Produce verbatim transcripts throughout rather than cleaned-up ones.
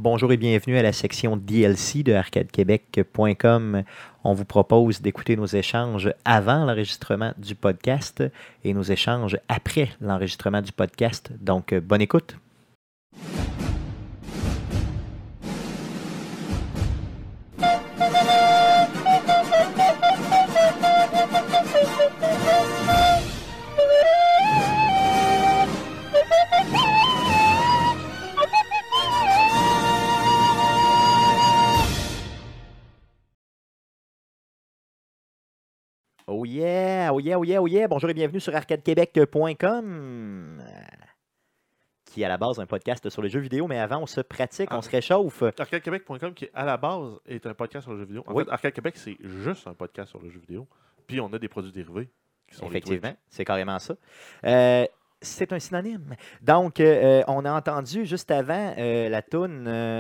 Bonjour et bienvenue à la section D L C de arcade québec point com. On vous propose d'écouter nos échanges avant l'enregistrement du podcast et nos échanges après l'enregistrement du podcast. Donc, bonne écoute. Oh yeah, oh yeah, oh yeah, oh yeah. Bonjour et bienvenue sur arcade québec point com, qui est à la base un podcast sur les jeux vidéo, mais avant on se pratique, on Ah. se réchauffe. arcade québec point com, qui à la base est un podcast sur le jeu vidéo. En Oui. fait, Arcade Québec, c'est juste un podcast sur le jeu vidéo. Puis on a des produits dérivés qui sont les Effectivement, Twitch. c'est carrément ça. Euh, c'est un synonyme. Donc, euh, on a entendu juste avant euh, la toune euh,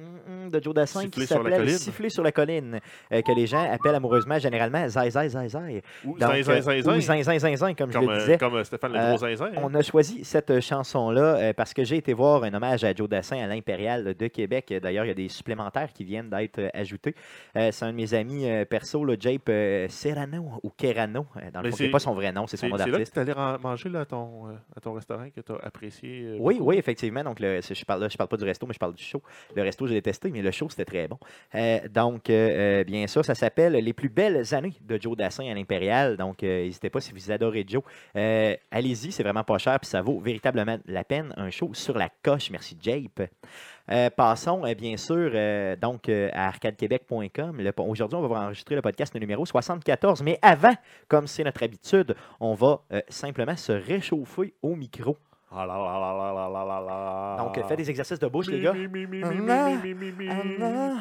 de Joe Dassin Siffler qui sur la s'appelait colline. Siffler sur la colline, euh, que les gens appellent amoureusement généralement Zai Zai Zai Zai. Ou Donc, zin, zin, zin, euh, zin. ou Zin Zin Zin Zin, comme je Comme, le euh, disais. comme euh, Stéphane le Euh, gros zinzin. hein. On a choisi cette euh, chanson-là euh, parce que j'ai été voir un hommage à Joe Dassin à l'Impérial de Québec. D'ailleurs, il y a des supplémentaires qui viennent d'être euh, ajoutés. Euh, c'est un de mes amis euh, perso, le Jape euh, Serrano ou Kerano. Euh, Dans le Mais fond, c'est c'est- pas son vrai nom, c'est son C'est nom c'est là que d'artiste. tu allé ren- manger là, à, ton, euh, à ton restaurant que tu as apprécié. euh, Oui, beaucoup. oui, effectivement. Donc, le, c'est- je parle, là, je parle pas du resto, mais je parle du show. Le resto, je l'ai testé, mais le show, c'était très bon. Euh, donc, euh, euh, bien sûr, ça s'appelle Les plus belles années de Joe Dassin à l'Impérial. Donc, euh, n'hésitez pas si vous adorez Joe. Euh, allez-y, c'est vraiment pas cher, puis ça vaut véritablement la peine. Un show sur la coche. Merci, Jape. Euh, passons, euh, bien sûr, euh, donc euh, à arcade québec point com. Le- Aujourd'hui, on va enregistrer le podcast numéro soixante-quatorze. Mais avant, comme c'est notre habitude, on va euh, simplement se réchauffer au micro. Ah là là là là là là là là. Donc, euh, faites des exercices de bouche, les Mi, gars. mi, mi, mi, Ah, mi, non. mi, mi, mi, Ah mi. non.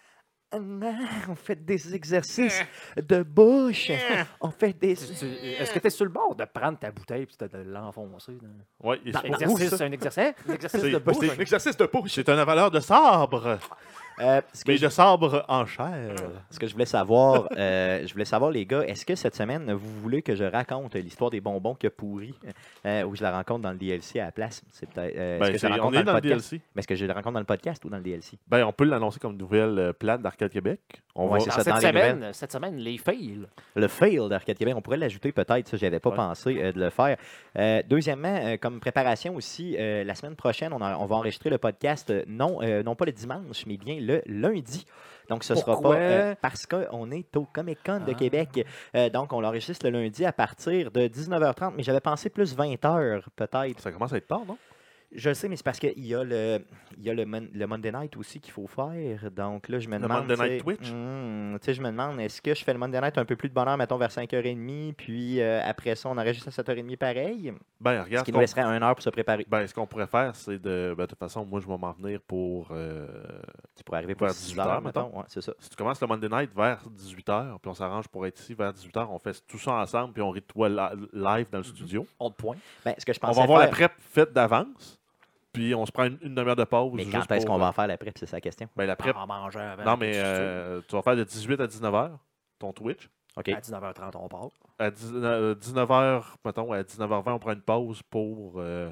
Ah non. On fait des exercices de bouche. On fait des... Tu- tu- Est-ce que tu es sur le bord de prendre ta bouteille et de l'enfoncer? dans- Ouais, il- Dans- c'est- Exercice, ça? c'est un exercice? Un exercice C'est- de bouche? c'est un exercice de bouche. C'est un avaleur de sabre. Euh, ce, que Mais je, de sabre en chair. ce que je voulais savoir, euh, je voulais savoir, les gars, est-ce que cette semaine, vous voulez que je raconte l'histoire des bonbons qui a pourri euh, ou je la rencontre dans le D L C à la place? C'est peut-être, euh, Ben, est-ce que je c'est- la on rencontre est dans dans le le D L podcast? C. Mais est-ce que je la rencontre dans le podcast ou dans le D L C? Ben, on peut l'annoncer comme nouvelle euh, plate d'Arcade Québec. On Ouais, va... c'est Dans ça, cette, dans les semaine, cette semaine, les fails. Le fail d'Arcade Québec, on pourrait l'ajouter peut-être, ça, j'avais pas Ouais. pensé euh, de le faire. Euh, deuxièmement, euh, comme préparation aussi, euh, la semaine prochaine, on, a- on va enregistrer le podcast, euh, non, euh, non pas le dimanche, mais bien le lundi. Donc, ce sera Pourquoi? pas euh, parce qu'on est au Comic-Con de Ah. Québec. Euh, donc, on l'enregistre le lundi à partir de dix-neuf heures trente, mais j'avais pensé plus vingt heures peut-être. Ça commence à être tard, non? Je le sais, mais c'est parce qu'il y a le, il y a le, Mon- le Monday Night aussi qu'il faut faire. Donc là, je me Le demande. Monday Night tu sais, Twitch? hmm, tu sais, je me demande, est-ce que je fais le Monday Night un peu plus de bonne heure, mettons vers cinq heures trente, puis euh, après ça, on enregistre à sept heures trente pareil? Ben, Ce regarde. qui qu'on- nous laisserait une heure pour se préparer. Ben, ce qu'on pourrait faire, c'est de. Ben, de toute façon, moi, je vais m'en venir pour. euh, Tu pourrais arriver pour vers six dix-huit heures, heures, mettons. mettons. Ouais, c'est ça. Si tu commences le Monday Night vers dix-huit heures, puis on s'arrange pour être ici vers dix-huit heures, on fait tout ça ensemble, puis on rit toi li- live dans le studio. On te pointe. Ben, ce que je On pensais va avoir faire... la prep faite d'avance, puis on se prend une, une demi-heure de pause. Mais juste quand est-ce pour, qu'on va euh, en faire la prep, c'est ça la question. Ben, la prep. En mangeant avant. Non, mais tout de suite. euh, tu vas faire de dix-huit à dix-neuf heures, ton Twitch. OK. À dix-neuf heures trente, on part. À dix-neuf heures, mettons, à dix-neuf heures vingt, on prend une pause pour euh,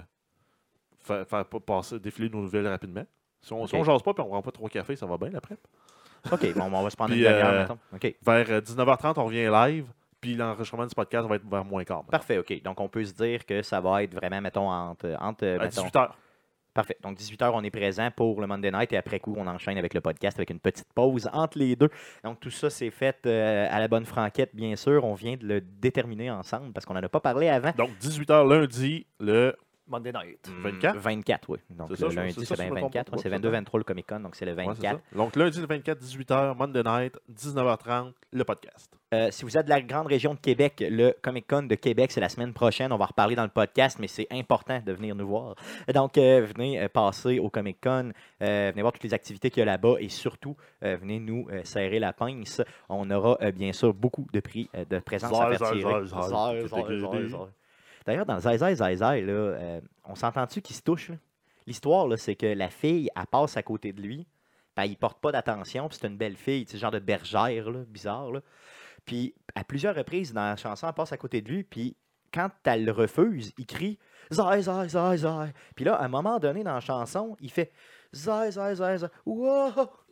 faire, faire pa- passer, défiler nos nouvelles rapidement. Si on, si Ok. on jase pas et on prend pas trop de café, ça va bien la prep. OK, bon, on va se prendre Puis, une demi-heure, euh, mettons. OK. Vers euh, dix-neuf heures trente, on revient live, puis l'enregistrement du podcast va être vers moins quart. mettons. Parfait, OK. Donc, on peut se dire que ça va être vraiment, mettons, entre... entre À mettons, dix-huit heures. Parfait. Donc, dix-huit heures, on est présent pour le Monday Night et après coup, on enchaîne avec le podcast avec une petite pause entre les deux. Donc, tout ça, c'est fait euh, à la bonne franquette, bien sûr. On vient de le déterminer ensemble parce qu'on n'en a pas parlé avant. Donc, dix-huit heures lundi, le Monday night. vingt-quatre? vingt-quatre, oui. Donc, C'est le ça, je- lundi, c'est c'est ça, bien je me trompe vingt-quatre. pas. Ouais, c'est Ouais, vingt-deux c'est ça. vingt-trois le Comic-Con, donc c'est le Ouais, c'est vingt-quatre. ça. Donc, lundi le vingt-quatre, dix-huit heures, Monday Night, dix-neuf heures trente, le podcast. Euh, si vous êtes de la grande région de Québec, le Comic-Con de Québec, c'est la semaine prochaine. On va en reparler dans le podcast, mais c'est important de venir nous voir. Donc, euh, venez euh, passer au Comic-Con, euh, venez voir toutes les activités qu'il y a là-bas et surtout, euh, venez nous euh, serrer la pince. On aura euh, bien sûr beaucoup de prix euh, de présence à Zai, faire zai, tirer. zai, zai. Zai, Tout zai, est zai, gradé. zai. D'ailleurs, dans Zai Zai Zai Zai, là, euh, on s'entend-tu qu'ils se touchent? là? L'histoire, là, c'est que la fille, elle passe à côté de lui, puis elle ne porte pas d'attention, puis c'est une belle fille, tu sais, genre de bergère, là, bizarre. Là. Puis à plusieurs reprises dans la chanson, elle passe à côté de lui, puis quand elle le refuse, il crie Zai, Zai, Zai, Zai. Puis là, à un moment donné dans la chanson, il fait Zai, zai, zai, zai. Wow.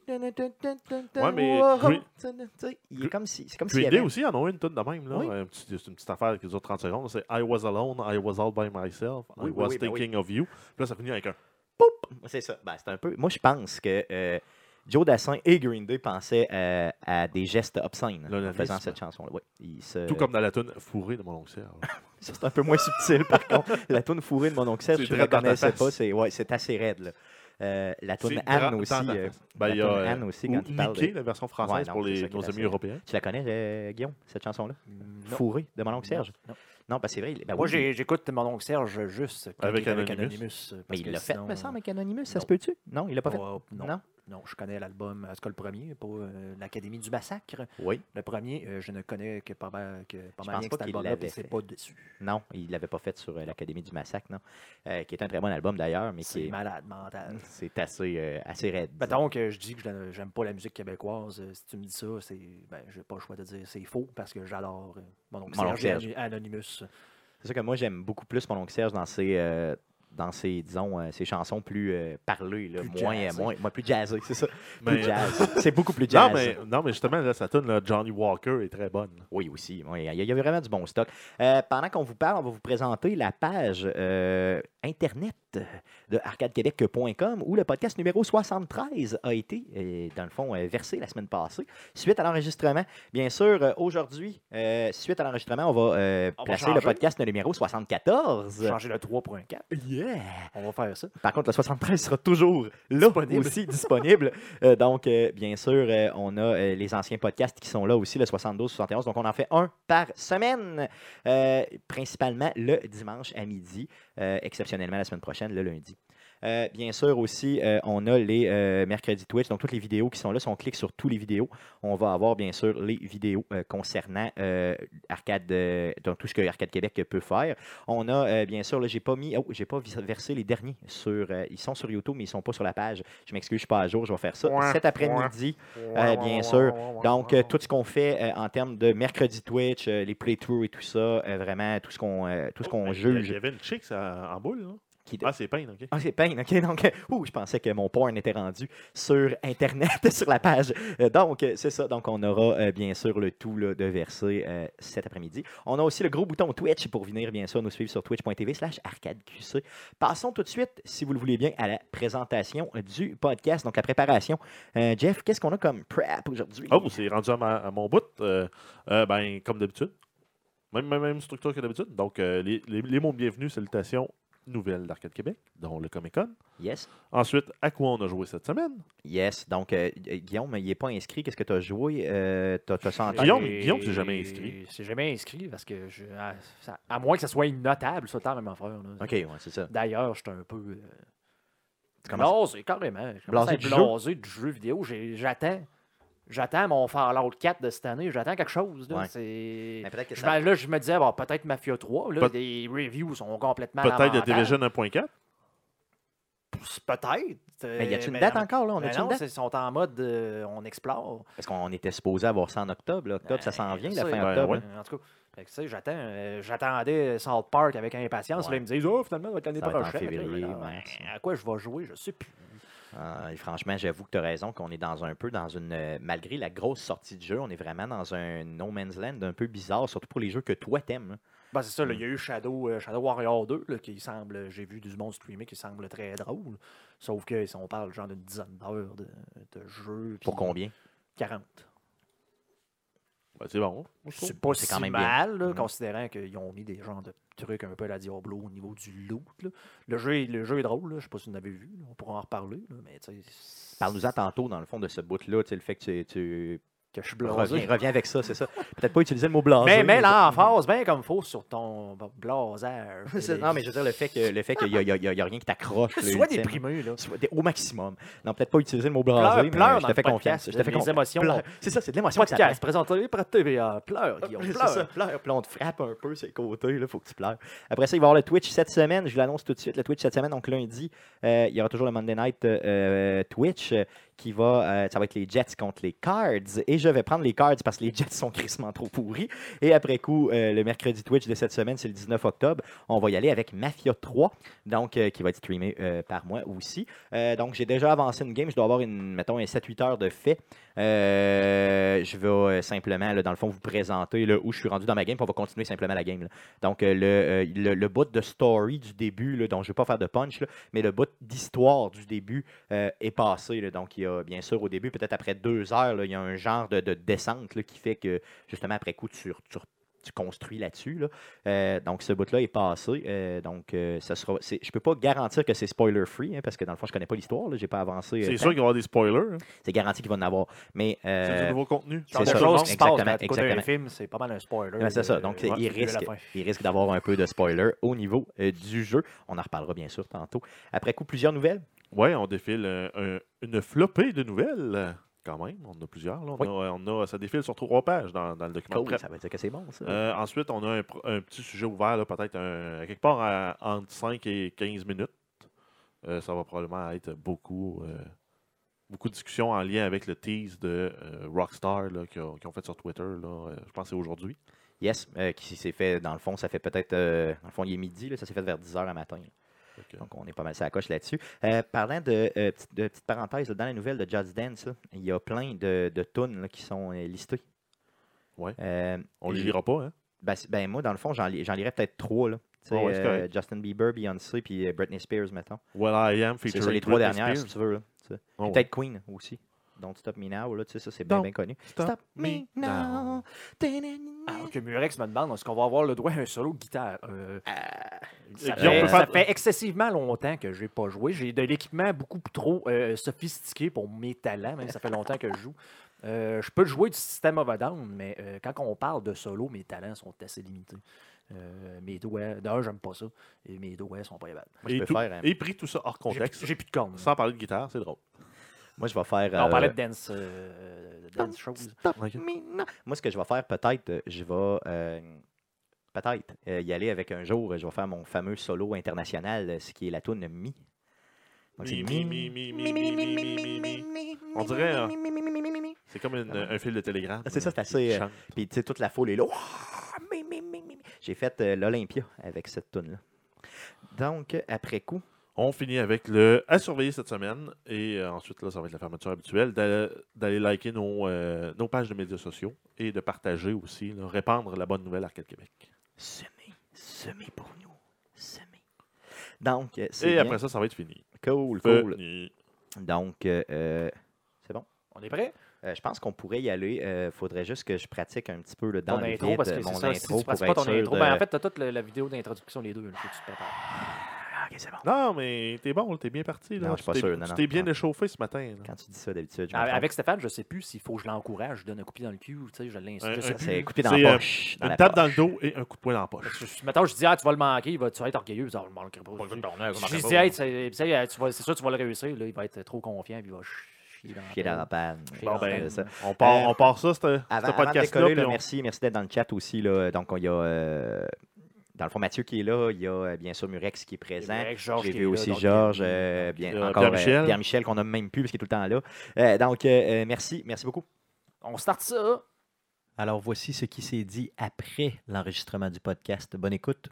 Ouais, mais Wow. Green- Tu sais, il est comme si, c'est comme Green s'il y Day avait... aussi en ont une tonne de même. Là. Oui. Un petit- c'est une petite affaire qui dure trente secondes. C'est I was alone, I was all by myself, Oui, I oui, was oui, ben oui. thinking of you. Puis là, ça finit avec un. C'est ça. Ben, c'est un peu... Moi, je pense que euh, Joe Dassin et Green Day pensaient euh, à des gestes obscènes en L'onanisme. faisant cette chanson-là. Oui. Ils se- Tout comme dans la tune Fourré de mon oncle Serge. Ça, c'est un peu moins subtil, par contre. La toune fourrée de mon oncle Serge, C'est je ne direct dans ta connaissais face. pas. C'est ouais, c'est assez raide. Là. Euh, la toune C'est Anne dans- aussi. dans ta euh, face. Ben, la il y a toune euh, Anne aussi, ou quand il parle Niqué, de- la version française Ouais, non, pour c'est les, ça qui est nos assez- amis européens. Tu la connais, euh, Guillaume, cette chanson-là? Non. Fourrée de mon oncle Serge? Non. Non, parce que c'est vrai. il- ben Moi, oui, j'ai- j'écoute mon oncle Serge juste quand Avec il est avec Anonymous. Anonymous. Mais parce il que l'a fait, sinon, me semble, avec Anonymous. Ça non. se peut-tu? Non, il l'a pas fait. Oh, non. Non? Non, je connais l'album, en tout cas le premier, pas euh, l'Académie du Massacre. Oui. Le premier, euh, je ne connais que pas mal, que, pas Je mal pense bien pas que cet qu'il album-là, l'avait puis c'est fait. pas dessus. Non, il l'avait pas fait sur euh, l'Académie du Massacre, non. Euh, qui est un très bon album d'ailleurs, mais C'est qui est, malade mental. c'est assez, euh, assez raide. disons. Mettons que je dis que je- j'aime pas la musique québécoise, euh, si tu me dis ça, c'est ben j'ai pas le choix de dire c'est faux parce que j'adore euh, mon oncle Mon oncle Serge Serge. et Ani- Anonymous. C'est sûr que moi, j'aime beaucoup plus mon oncle Serge dans ses, euh, dans ses disons, euh, ses chansons plus euh, parlées, là, Plus moins, jazzées. moins, moins plus jazzées, c'est ça. Plus Mais- jazz. C'est beaucoup plus jazz. Non mais, non, mais justement, là, sa tune, là, Johnny Walker, est très bonne. Oui, aussi. Oui, il y a- il y a vraiment du bon stock. Euh, pendant qu'on vous parle, on va vous présenter la page euh, Internet de arcade québec point com où le podcast numéro soixante-treize a été, euh, dans le fond, euh, versé la semaine passée. Suite à l'enregistrement, bien sûr, euh, aujourd'hui, euh, suite à l'enregistrement, on va euh, On va placer le changer. podcast numéro soixante-quatorze. Changer le trois point quatre. Yeah! On va faire ça. Par contre, le soixante-treize sera toujours là Disponible. aussi disponible. Euh, donc, euh, bien sûr, euh, on a euh, les anciens podcasts qui sont là aussi, le soixante-douze, soixante et onze. Donc, on en fait un par semaine, euh, principalement le dimanche à midi, euh, exceptionnellement la semaine prochaine, le lundi. Euh, bien sûr aussi, euh, on a les euh, mercredis Twitch, donc toutes les vidéos qui sont là. Si on clique sur toutes les vidéos, on va avoir bien sûr les vidéos euh, concernant euh, Arcade, euh, donc tout ce que Arcade Québec peut faire. On a euh, bien sûr, là, j'ai pas mis, oh, j'ai pas vis- versé les derniers sur, euh, ils sont sur YouTube, mais ils sont pas sur la page. Je m'excuse, je suis pas à jour, je vais faire ça Ouais, cet après-midi. Euh, bien sûr. Donc, euh, tout ce qu'on fait euh, en termes de mercredi Twitch, euh, les playthroughs et tout ça, euh, vraiment tout ce qu'on euh, tout ce qu'on Oh, mais Il y juge. avait une chick ça, en boule, là. Qui- Ah, c'est Payne, OK. Ah, c'est peine, OK. Donc, euh, ouh, je pensais que mon porn était rendu sur Internet, sur la page. Euh, donc, euh, c'est ça. Donc, on aura euh, bien sûr le tout là, de verser euh, cet après-midi. On a aussi le gros bouton Twitch pour venir, bien sûr, nous suivre sur twitch point t v slash arcadeqc. Passons tout de suite, si vous le voulez bien, à la présentation du podcast. Donc, la préparation. Euh, Jeff, qu'est-ce qu'on a comme prep aujourd'hui? Oh, c'est rendu à, ma- à mon bout. Euh, euh, ben, comme d'habitude. Même, même, même structure que d'habitude. Donc, euh, les, les, les mots de bienvenue, salutations nouvelles d'Arcade Québec, dont le Comic-Con. Yes. Ensuite, à quoi on a joué cette semaine? Yes. Donc, euh, Guillaume, il n'est pas inscrit. Qu'est-ce que tu as joué? Euh, tu as ça en tête? Guillaume, Guillaume, c'est jamais inscrit. C'est jamais inscrit parce que, je, à, ça- à moins que ça soit notable, ça tard même affaire. là. OK, ouais, c'est ça. D'ailleurs, je suis un peu euh, Tu commences- blasé, carrément. Je Blasé commence à être du jeu? blasé du jeu vidéo. J'ai- J'attends. J'attends mon Fallout quatre de cette année. J'attends quelque chose. Là. Ouais. C'est... Mais peut-être que Je ça- me- là, je me disais, bon, peut-être Mafia trois. Là, Peut- les reviews sont complètement Peut-être de lamentables. Division un point quatre? Peut-être. Mais y a-tu une Mais date non, encore, là? On mais a-tu une non, date? c'est- ils sont en mode euh, on explore. Parce qu'on était supposé avoir ça en octobre. Là. Octobre, ça s'en vient, la ça, fin ben, octobre. ouais. là. En tout cas, fait que, tu sais, j'attends, euh, j'attendais South Park avec impatience. Ouais. Là, ils me disent, oh, finalement, ça va être l'année Ça va être en prochaine. février, Là, mars. à quoi je vais jouer, je sais plus. Ah, et franchement, j'avoue que tu as raison qu'on est dans un peu dans une. euh, malgré la grosse sortie de jeu, on est vraiment dans un no man's land un peu bizarre, surtout pour les jeux que toi t'aimes. là. Ben, c'est ça, là, il y a eu Shadow, euh, Shadow Warrior deux, là, qui semble, j'ai vu du monde streamer qui semble très drôle. Sauf que si on parle genre d'une dizaine d'heures de, de jeu. Pour puis combien? quarante. Ben, c'est bon. je trouve. C'est pas C'est si quand même bien. mal, là, Mhm. considérant qu'ils ont mis des genres de trucs un peu à la Diablo au niveau du loot. Là. Le, jeu est, le jeu est drôle, là, je sais pas si vous en avez vu, là, on pourra en reparler. Là, mais tu sais, Parle-nous-en tantôt, dans le fond, de ce bout-là, tu sais, le fait que tu, tu que je suis blasé. reviens, reviens avec ça, c'est ça. Peut-être pas utiliser le mot blasé. Mais mets ça- l'emphase bien comme faut sur ton blasage. C'est- Non, mais je veux dire, le fait que le fait qu'il n'y a, il y a- il y a- il y a rien qui t'accroche. là, Sois ultime. déprimé, là. Soit dé- au maximum. Non, peut-être pas utiliser le mot Pleure, blasé, mais pleure je dans te le fais confiance. podcast, Je te fais les confiance. émotions. Pleure. C'est ça, c'est de l'émotion que ça Podcast présenté par T V A. Pleure, Guillaume, C'est pleure. ça, pleure, puis là, on te frappe un peu sur les côtés, il faut que tu pleures. Après ça, il va y avoir le Twitch cette semaine, je l'annonce tout de suite, le Twitch cette semaine, donc lundi, euh, il y aura toujours le Monday Night euh, Twitch. qui va, euh, ça va être les Jets contre les Cards. Et je vais prendre les Cards parce que les Jets sont crissement trop pourris. Et après coup, euh, le mercredi Twitch de cette semaine, c'est le dix-neuf octobre. On va y aller avec Mafia trois, donc euh, qui va être streamé euh, par moi aussi. Euh, donc, j'ai déjà avancé une game. Je dois avoir, une, mettons, un sept huit heures de fait. Euh, je vais euh, simplement, là, dans le fond, vous présenter là, où je suis rendu dans ma game. Puis on va continuer simplement la game. Là. Donc, euh, le, euh, le, le bout de story du début, là, dont je ne vais pas faire de punch, là, mais le bout d'histoire du début euh, est passé. Là. Donc, il y a bien sûr au début, peut-être après deux heures, là, il y a un genre de, de descente là, qui fait que, justement, après coup, tu, tu tu construis là-dessus. Là. Euh, donc, ce bout-là est passé. Euh, donc, euh, ça sera. Je ne peux pas garantir que c'est spoiler-free, hein, parce que dans le fond, je ne connais pas l'histoire. Je n'ai pas avancé. C'est euh, sûr qu'il va y avoir des spoilers. Hein. C'est garanti qu'il va en avoir. Mais, euh, C'est du nouveau contenu. C'est C'est ça, ça, chose qui se passe exactement, quand tu écoutes un exactement. film, c'est pas mal un spoiler. Ouais, c'est ça. de- Donc, ouais, il, du début à risque, la fin. il risque d'avoir un peu de spoiler au niveau euh, du jeu. On en reparlera bien sûr tantôt. Après coup, plusieurs nouvelles. Oui, on défile euh, un- une flopée de nouvelles. euh, Quand même, on en a plusieurs. Là. On, Oui. a, on a, ça défile sur trois pages dans, dans le document de Cool, prep. ça veut dire que c'est bon, ça. Euh, ensuite, on a un, pr- un petit sujet ouvert, là, peut-être un- à quelque part à- entre cinq et quinze minutes. Euh, ça va probablement être beaucoup, euh, beaucoup de discussions en lien avec le tease de euh, Rockstar là, qu'ils ont, qu'ils ont fait sur Twitter. Là, euh, je pense que c'est aujourd'hui. Yes, euh, qui s'est fait, dans le fond, ça fait peut-être, euh, dans le fond, il est midi, là, ça s'est fait vers dix heures le matin. Là. Ok. Donc, on est pas mal sur la coche là-dessus. Euh, parlant de, euh, petite, de petite parenthèse, là, dans la nouvelle de Just Dance, là, il y a plein de, de tunes là, qui sont euh, listées. Ouais. Euh, On ne les j'ai- lira pas. Hein? Ben, c'est- ben, moi, dans le fond, j'en, li- j'en lirais peut-être trois. Là. Tu sais, Ah ouais, c'est euh, correct. Justin Bieber, Beyoncé, puis euh, Britney Spears, mettons. Well, I Am C'est featuring ça, les trois Britney dernières, Spears. si tu veux. Là, tu sais. Ah Puis ouais. peut-être Queen aussi. Don't Stop Me Now, là, tu sais, ça, c'est bien, Don't bien connu. Stop me now. Alors que Murex me demande, est-ce qu'on va avoir le droit à un solo de guitare? Euh, ça, Guillaume fait, peut ça faire- fait excessivement longtemps que je n'ai pas joué. J'ai de l'équipement beaucoup trop euh, sophistiqué pour mes talents, même si ça fait longtemps que je joue. Euh, je peux jouer du système of a Down, mais euh, quand on parle de solo, mes talents sont assez limités. Euh, mes doigts, d'un, j'aime pas ça, et mes doigts sont pas capables. Moi, je Et, peux tout- faire, hein. et pris tout ça hors J'ai contexte, plus- J'ai plus de cornes. sans parler de guitare, c'est drôle. Moi, je vais faire. On euh, parlait de dance, euh, de dance shows. Ok. Moi, ce que je vais faire, peut-être, euh, je vais euh, peut-être euh, y aller avec un jour. euh, Je vais faire mon fameux solo international, euh, ce qui est la tune Mi. Donc, c'est Mi, mi, mi, mi, mi, mi, mi, mi, mi. On dirait, hein, C'est comme une- un fil de télégramme. Ah, c'est ça, c'est euh, assez, qui euh, chante. Puis, tu sais, toute la foule est là. Ouah, mi, mi, mi, mi, mi. J'ai fait euh, l'Olympia avec cette tune-là. Donc, euh, après coup, On finit avec le à surveiller cette semaine. Et euh, ensuite, là, ça va être la fermeture habituelle. D'aller d'aller liker nos, euh, nos pages de médias sociaux et de partager aussi, là, répandre la bonne nouvelle Arcade Québec. semer, semer pour nous, semer. Donc, euh, c'est Et bien. après ça, ça va être fini. Cool, cool. Fini. Donc, euh, euh, c'est bon. On est prêt? Euh, je pense qu'on pourrait y aller. Il faudrait juste que je pratique un petit peu là, dans Ton le intro, vide, parce que mon c'est ça, si intro tu pour pratiques être pas ton sûr intro, de... ben en fait, tu as toute la, la vidéo d'introduction, les deux, il faut que tu te prépares. Ah, ok, c'est bon. Non, mais t'es bon, t'es bien parti. Là. Non, je suis pas Tu t'es- sûr, non, Tu non. t'es bien Non. échauffé ce matin. là. Quand tu dis ça, d'habitude, je me Ah, trompe. Avec Stéphane, je sais plus s'il faut que je l'encourage, je donne un coup de pied dans le cul, tu sais, je Un- l'insulte. un je sais coup- plus. C'est coupé dans C'est, la euh, poche. dans Une la tape dans le poche. dos et un coup de poing dans la poche. Parce que, mettons, je dis, ah, tu vas le manquer, il va, tu vas être orgueilleux, ça, je le manquerai pas. Je dis, hey, c'est tu sais, tu vas- c'est sûr, tu vas le réussir, là, il va être trop confiant, puis il va chier dans Pied dans la panne. panne. Chier Bon, dans la ben, panne. ça. On part, Euh, on part ça, ce Avant, avant de podcast-là. décoller, puis là, on- merci, merci d'être dans le chat aussi. Là. Donc, il y a, euh, dans le fond, Mathieu qui est là. Il y a euh, bien sûr Murex qui est présent. Murex, Georges J'ai qui vu est là, aussi donc, Georges, euh, euh, donc, bien, euh, encore Pierre-Michel. euh, Pierre-Michel qu'on nomme même plus parce qu'il est tout le temps là. Euh, donc, euh, euh, merci, merci beaucoup. On start ça. Alors, voici ce qui s'est dit après l'enregistrement du podcast. Bonne écoute.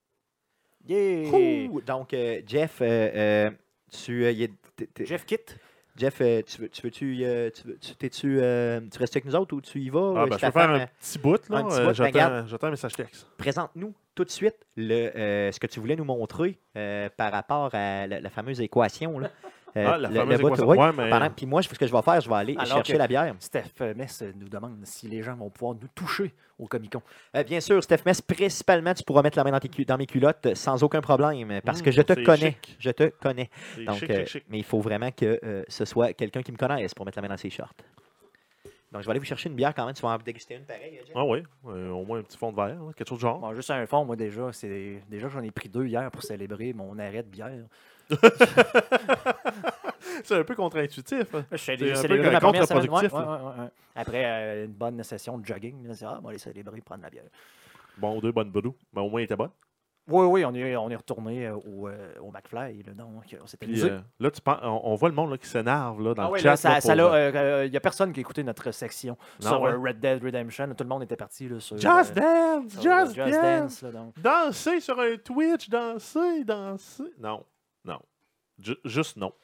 Yeah! Ouh! Donc, euh, Jeff, euh, euh, tu, euh, y est- t'es- t'es- Jeff Kit. Jeff, euh, tu veux, tu veux-tu, euh, tu, veux- tu, t'es-tu, euh, tu restes avec nous autres ou tu y vas? Ah, euh, ben, je peux Stéphane, faire un euh, petit bout. Là. un petit Euh, bout, ben, j'attends, regarde. j'attends un message texte. Présente-nous tout de suite le, euh, ce que tu voulais nous montrer euh, par rapport à la, la fameuse équation. Là. Euh, Ah, la le- fameuse le bout, équation. oui. Ouais, mais- Pendant- Puis moi, je- ce que je vais faire, je vais aller Alors chercher que- la bière. Steph Mess nous demande si les gens vont pouvoir nous toucher au Comic-Con. Euh, bien sûr, Steph Mess, principalement, tu pourras mettre la main dans, tes cu- dans mes culottes sans aucun problème, parce Mmh, que je te c'est connais. chic. Je te connais. C'est Donc, chic, euh, chic, chic. mais il faut vraiment que euh, ce soit quelqu'un qui me connaisse pour mettre la main dans ses shorts. Donc, je vais aller vous chercher une bière quand même. Tu vas en déguster une pareille, Jeff? Ah oui, euh, au moins un petit fond de verre, là, quelque chose de genre. Bon, juste un fond, moi, déjà. c'est Déjà, j'en ai pris deux hier pour célébrer mon arrêt de bière. C'est un peu contre-intuitif. hein. Je suis C'est un célébré peu ma première semaine. contre-productif, ouais, ouais, ouais, ouais. Après euh, une bonne session de jogging, là, c'est ah, on va aller célébrer, prendre la bière. Bon, deux bonnes boudoux. Mais au moins, il était bonne. Oui, oui, on est, on est retourné euh, au, euh, au McFly. Là, donc, on s'était Puis, amusé. euh, là, tu penses, on, on voit le monde là, qui s'énerve là, dans Ah le ouais, chat. là, ça, là, ça pour, l'a, euh, euh, il n'y a personne qui a écouté notre section Non, sur ouais. euh, Red Dead Redemption. Tout le monde était parti là, sur, Just euh, Dance! sur, Just, euh, Just Dance! Dance. Là, donc. Danser sur un Twitch, danser, danser. Non, non. Ju- juste non.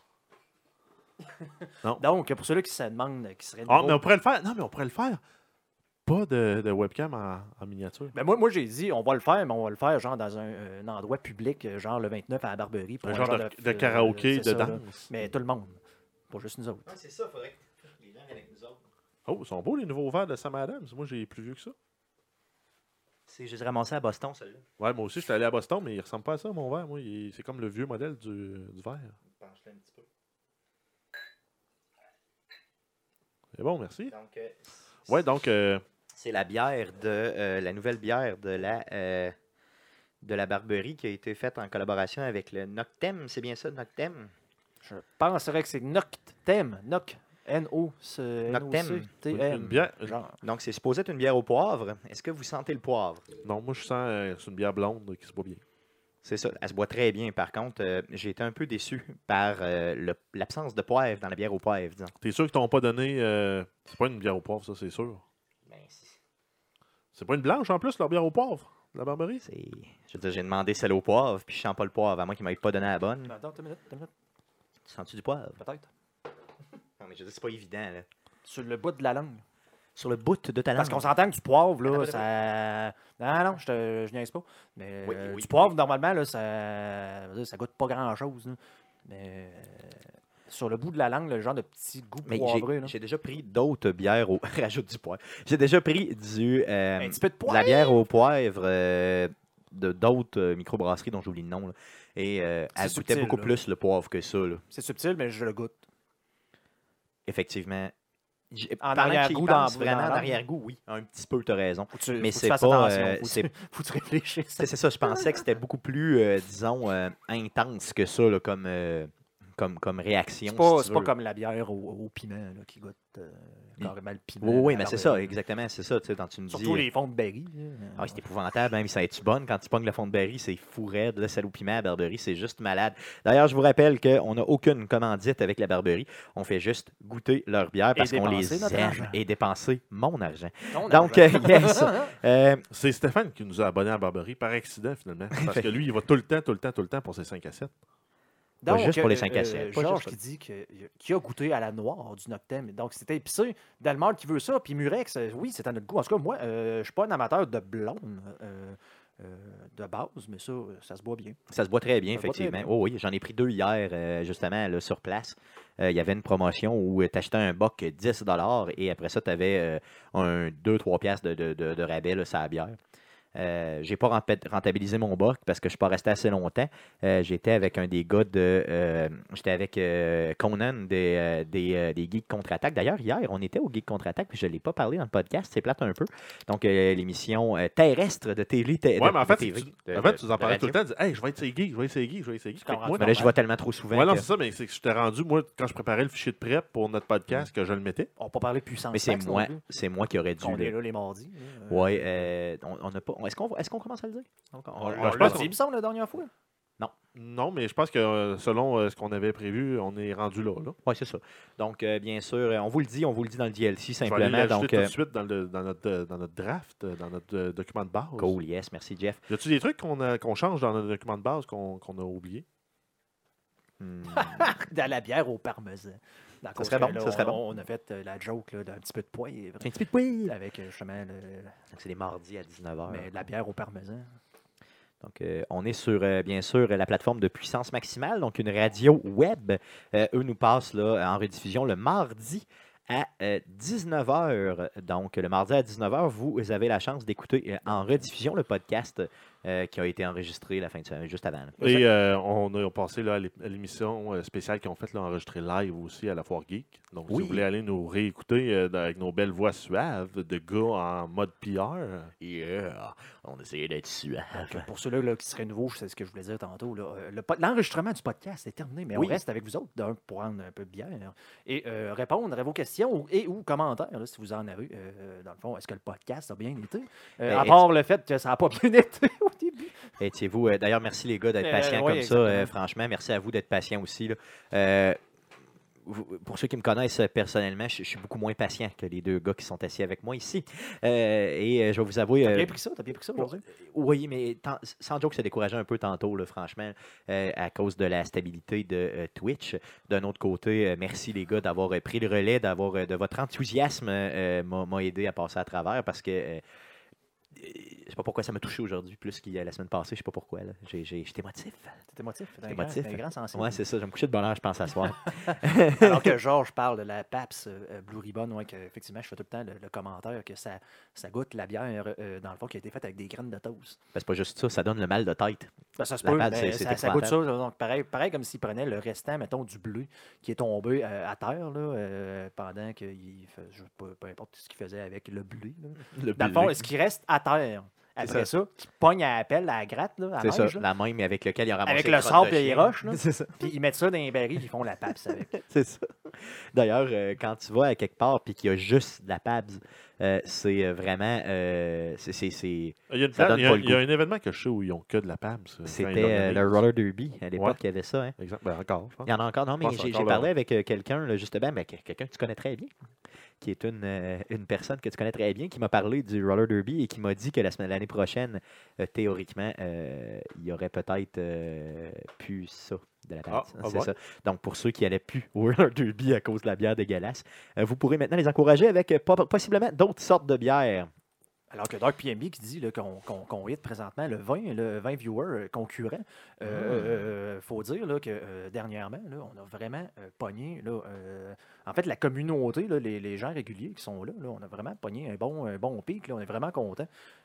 donc, pour ceux-là qui se demandent qui serait Ah, nouveau, mais on pourrait le faire. Non, mais on pourrait le faire. Pas de, de webcam en, en miniature. ben moi, moi j'ai dit, on va le faire, mais on va le faire genre dans un, un endroit public, euh, genre le vingt-neuf à la Barberie. Pour Un genre de, de euh, karaoké, c'est de ça, là. danse. Mais tout le monde, pas juste nous autres. Ouais, c'est ça, il faudrait que les gens viennent avec nous autres. Oh, ils sont beaux les nouveaux verres de Sam Adams. Moi, j'ai plus vieux que ça. C'est juste ramassé à Boston, celui-là. Ouais, moi aussi, j'étais allé à Boston, mais il ressemble pas à ça, mon verre. Moi, il- c'est comme le vieux modèle du, du verre. Penche-le un petit peu. C'est bon, merci. Donc, euh, Ouais, donc, euh, c'est la bière de euh, la nouvelle bière de la euh, de la Barberie qui a été faite en collaboration avec le Noctem. C'est bien ça, Noctem? Je penserais que c'est Noctem. Noc. N-O-C. Noctem. une bière. Genre. Donc, c'est supposé être une bière au poivre. Est-ce que vous sentez le poivre? Non, moi, je sens euh, c'est une bière blonde qui se boit bien. C'est ça, elle se boit très bien. Par contre, euh, j'ai été un peu déçu par euh, le- l'absence de poivre dans la bière au poivre, disons. T'es sûr qu'ils t'ont pas donné. euh, C'est pas une bière au poivre, ça, c'est sûr. Ben, c'est- C'est pas une blanche en plus, leur bière au poivre, la Barberie. c'est- je veux dire, j'ai demandé celle au poivre, puis je sens pas le poivre, à moins qu'il m'ait pas donné la bonne. Ben, attends, une minute, une minute, Sens-tu du poivre? peut-être. Non, mais je veux dire, c'est pas évident, là. Sur le bout de la langue. Sur le bout de ta langue. Parce qu'on s'entend que du poivre, là, Attends, ça. Non, non, je, te, je niaise pas. Mais Oui, euh, oui. du poivre, normalement, là, ça, je veux dire, ça goûte pas grand-chose. là. Mais euh, sur le bout de la langue, le genre de petit goût Mais poivré. j'ai- là. j'ai déjà pris d'autres bières au. Rajoute du poivre. J'ai déjà pris du. euh, Un petit peu de de poivre. la bière au poivre euh, de d'autres euh, microbrasseries dont j'oublie le nom. là. Et euh, C'est elle goûtait subtil, beaucoup là. plus le poivre que ça. là. C'est subtil, mais je le goûte. Effectivement. J'ai- En pendant que arrière-goût j'y dans- pense, dans vraiment, la en langue. arrière-goût, oui. Un petit peu, tu as raison. Faut que tu, Mais faut que tu c'est fasses pas, attention. euh, faut, que c'est- tu, faut que tu réfléchisses. C'est c'est ça, je pensais que c'était beaucoup plus, euh, disons, euh, intense que ça là, comme, euh, comme, comme réaction. C'est pas, si c'est tu pas veux. comme la bière au, au piment là, qui goûte euh, carrément le piment. Oui, oui, à mais la c'est ça, barberie. exactement, c'est ça. Tu sais, quand tu me dis. Surtout les fonds de berry. là. Ah oui, c'est épouvantable, même ça est-tu bonne? Quand tu pognes le fond de berry, c'est fou raide. Là, celle au piment à Barberie, c'est juste malade. D'ailleurs, je vous rappelle qu'on n'a aucune commandite avec la Barberie. On fait juste goûter leur bière parce qu'on dépenser les notre aime argent. et dépenser mon argent. Ton Donc, argent. euh, yes. Euh, C'est Stéphane qui nous a abonnés à Barberie par accident, finalement. Parce que lui, il va tout le temps, tout le temps, tout le temps pour ses cinq à sept. Pas juste pour les euh, cinq à sept, euh, pas Georges juste qui dit que, qu'il a goûté à la noire du Noctem. Donc, c'était épicé. Dalmar qui veut ça. Puis Murex, euh, oui, c'est à notre goût. En tout cas, moi, euh, je suis pas un amateur de blonde euh, euh, de base, mais ça, euh, ça se boit bien. Ça se boit très bien, Ça se boit très effectivement. bien. Oh oui, j'en ai pris deux hier, euh, justement, là, sur place. Euh, Il y avait une promotion où tu achetais un boc dix et après ça, tu avais un deux trois piastres de, de, de, de rabais là, sur la bière. Euh, j'ai pas rempa- rentabilisé mon boc parce que je suis pas resté assez longtemps. Euh, j'étais avec un des gars de. euh, j'étais avec euh, Conan des, euh, des, euh, des Geeks Contre-Attaque. D'ailleurs, hier, on était au Geeks Contre-Attaque, puis je ne l'ai pas parlé dans le podcast, c'est plate un peu. Donc, euh, l'émission euh, terrestre de télé. t- Ouais, de- mais en de fait, T V, tu, de- en fait, de- tu nous en de parlais tout radio. le temps. Tu dis, hey, je vais être ces geeks, je vais être ces geeks, je vais être ces geeks. Je comprends. Moi, Mais là, je vois tellement trop souvent. ouais, non, que- c'est ça, mais c'est que je t'ai rendu, moi, quand je préparais le fichier de prep pour notre podcast, que je le mettais. On va pas parler de puissance. Mais c'est sexe non moi, plus. c'est moi qui aurais dû. On est là. là les mardis. là. Oui, euh, on, on a pas. Est-ce qu'on est-ce qu'on commence à le dire? Donc, on- On, on- on je l'a pense dit, qu'on- il me semble, la dernière fois. Non, mais je pense que euh, selon euh, ce qu'on avait prévu, on est rendu là. là. Oui, c'est ça. Donc, euh, bien sûr, euh, on vous le dit, on vous le dit dans le D L C Je vais aller simplement. l'ajouter Donc, tout de euh, suite dans, le- dans notre, euh, dans notre draft, euh, dans notre euh, document de base. cool, yes, merci Jeff. Y a-tu des trucs qu'on a- qu'on change dans notre document de base qu'on qu'on a oublié? Hmm. Dans la bière au parmesan. Dans Ça serait cause bon, que là, ça serait on, bon. on a fait euh, la joke là, d'un petit peu de poivre. Un petit peu de poil. Avec euh, justement le, Donc, c'est les mardis à dix-neuf heures. mais de la bière au parmesan. Donc, euh, on est sur, euh, bien sûr, la plateforme de puissance maximale, donc une radio web. Euh, eux nous passent là, en rediffusion le mardi à euh, dix-neuf heures. Donc, le mardi à dix-neuf heures, vous avez la chance d'écouter euh, en rediffusion le podcast euh, qui a été enregistré la fin de semaine, juste avant. là. Et euh, on a passé là, à l'é- à l'émission euh, spéciale qu'ils ont faite, là, enregistrée live aussi à la Foire Geek. Donc, si Oui. vous voulez aller nous réécouter euh, avec nos belles voix suaves de gars en mode P R, Yeah, on essayait d'être suave. Donc, pour ceux-là là, qui seraient nouveaux, c'est ce que je voulais dire tantôt. là, euh, le po- L'enregistrement du podcast est terminé, mais Oui. on reste avec vous autres d'un pour prendre un peu de bière et euh, répondre à vos questions ou- et ou commentaires, là, si vous en avez. Euh, dans le fond, est-ce que le podcast a bien été? Euh, Ben, à part le fait que ça n'a pas bien été au début. Étiez-vous, euh, d'ailleurs, merci les gars d'être Euh, patients oui, comme ça. euh, exactement. franchement, merci à vous d'être patients aussi. Là. Euh, vous- pour ceux qui me connaissent euh, personnellement, je, je suis beaucoup moins patient que les deux gars qui sont assis avec moi ici. Euh, et euh, je vais vous avouer. T'as euh, bien pris ça, t'as bien pris ça aujourd'hui? Oui, mais tant- sans joke, ça décourageait un peu tantôt, là, franchement, euh, à cause de la stabilité de euh, Twitch. D'un autre côté, euh, merci les gars d'avoir euh, pris le relais, d'avoir euh, de votre enthousiasme euh, m'a m'a aidé à passer à travers parce que euh, je sais pas pourquoi ça m'a touché aujourd'hui plus qu'il y a la semaine passée, je sais pas pourquoi. là. J'ai- j'ai- J'étais émotif. T'es émotif. T'es un J'étais grand, émotif. t'es un grand sensible. Ouais, c'est ça. Je vais me coucher de bonne heure, je pense, à soir. Alors que Georges parle de la Pabst euh, Blue Ribbon, ouais, que, effectivement, je fais tout le temps le, le commentaire que ça, ça goûte la bière, euh, dans le fond, qui a été faite avec des graines de toast. Ben, c'est pas juste ça, ça donne le mal de tête. Ben, ça se La peut, Pabst, mais c'est- c'est ça, ça goûte ça. épouvantable. là. Donc, pareil, pareil comme s'il prenait le restant, mettons, du bleu qui est tombé euh, à terre là, euh, pendant qu'il fait, je sais pas, peu importe ce qu'il faisait avec le bleu. là. Le Dans le fond, bleu. ce qui reste à terre, après ça, qui pogne à la pelle, à la gratte, là, à C'est la ça, neige, là, la même avec lequel ils ont ramassé avec les le crottes sable de et les chien. roches, là. C'est ça. puis ils mettent ça dans les barils, ils font la Pabst avec. C'est ça. D'ailleurs, euh, quand tu vas à quelque part et qu'il y a juste de la Pabst, euh, c'est euh, vraiment. euh, c'est- c'est- c'est- Il y a, une Ça place- donne il y a- pas le il y a goût. un événement que je sais où ils ont que de la P A M. C'était euh, le roller derby à l'époque, Ouais. il y avait ça. Hein. Exemple. Ben, encore, je pense. Il y en a encore. Non, mais pense j'ai encore j'ai là, parlé ouais. avec euh, quelqu'un, là, justement, mais que- quelqu'un que tu connais très bien, qui est une, euh, une personne que tu connais très bien, qui m'a parlé du roller derby et qui m'a dit que la semaine- l'année prochaine, euh, théoriquement, euh, il y aurait peut-être euh, plus ça de la Pabst. Ah, ah C'est ouais? ça. Donc, pour ceux qui n'allaient plus au roller derby à cause de la bière dégueulasse, euh, vous pourrez maintenant les encourager avec euh, po- possiblement d'autres sortes de bières. Alors que Dark P M B qui dit là, qu'on qu'on qu'on hit présentement le vingt, le vingt viewer euh, concurrent, il euh, faut dire là, que euh, dernièrement, là, on a vraiment euh, pogné. Là, euh, en fait, la communauté, là, les, les gens réguliers qui sont là, là, on a vraiment pogné un bon, un bon pic. Là, on est vraiment content.